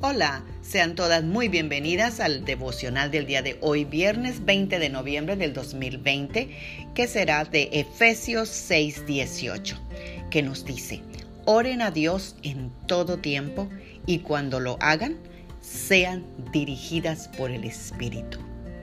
Hola, sean todas muy bienvenidas al devocional del día de hoy, viernes 20 de noviembre del 2020, que será de Efesios 6:18, que nos dice: oren a Dios en todo tiempo y cuando lo hagan, sean dirigidas por el Espíritu.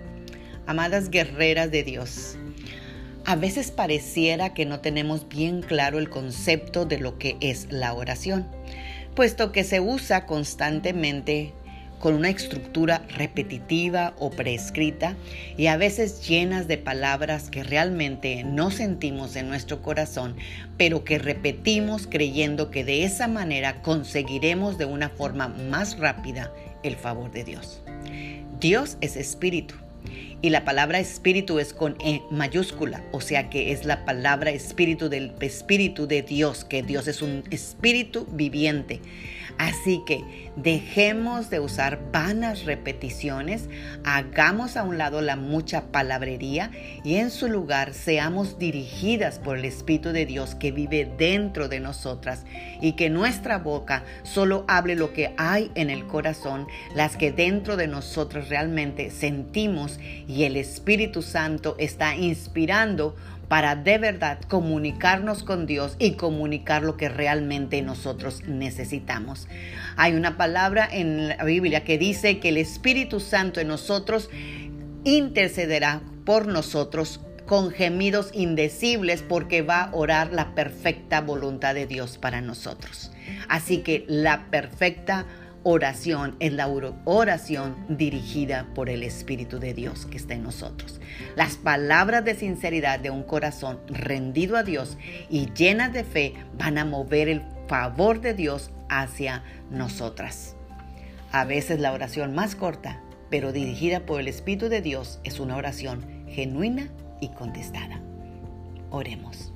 Amadas guerreras de Dios, a veces pareciera que no tenemos bien claro el concepto de lo que es la oración, puesto que se usa constantemente con una estructura repetitiva o preescrita y a veces llenas de palabras que realmente no sentimos en nuestro corazón, pero que repetimos creyendo que de esa manera conseguiremos de una forma más rápida el favor de Dios. Dios es espíritu. Y la palabra espíritu es con E mayúscula, o sea que es la palabra espíritu del Espíritu de Dios, que Dios es un espíritu viviente. Así que dejemos de usar vanas repeticiones, hagamos a un lado la mucha palabrería y en su lugar seamos dirigidas por el Espíritu de Dios que vive dentro de nosotras y que nuestra boca solo hable lo que hay en el corazón, las que dentro de nosotros realmente sentimos y el Espíritu Santo está inspirando para de verdad comunicarnos con Dios y comunicar lo que realmente nosotros necesitamos. Hay una palabra en la Biblia que dice que el Espíritu Santo en nosotros intercederá por nosotros con gemidos indecibles porque va a orar la perfecta voluntad de Dios para nosotros. Así que la perfecta oración es la oración dirigida por el Espíritu de Dios que está en nosotros. Las palabras de sinceridad de un corazón rendido a Dios y llenas de fe van a mover el favor de Dios hacia nosotras. A veces la oración más corta, pero dirigida por el Espíritu de Dios, es una oración genuina y contestada. Oremos.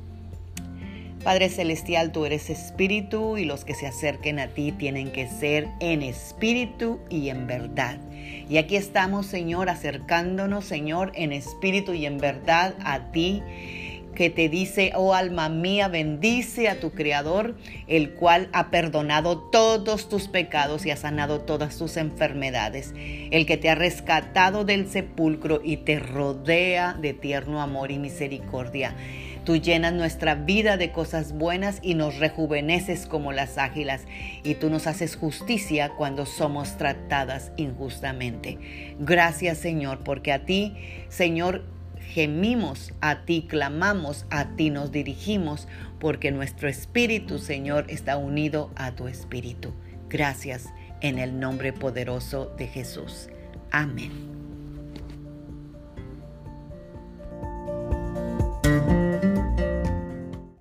Padre Celestial, tú eres espíritu y los que se acerquen a ti tienen que ser en espíritu y en verdad. Y aquí estamos, Señor, acercándonos, Señor, en espíritu y en verdad a ti, que te dice: oh alma mía, bendice a tu Creador, el cual ha perdonado todos tus pecados y ha sanado todas tus enfermedades, el que te ha rescatado del sepulcro y te rodea de tierno amor y misericordia. Tú llenas nuestra vida de cosas buenas y nos rejuveneces como las águilas, y tú nos haces justicia cuando somos tratadas injustamente. Gracias, Señor, porque a ti, Señor, gemimos, a ti clamamos, a ti nos dirigimos, porque nuestro espíritu, Señor, está unido a tu espíritu. Gracias en el nombre poderoso de Jesús. Amén.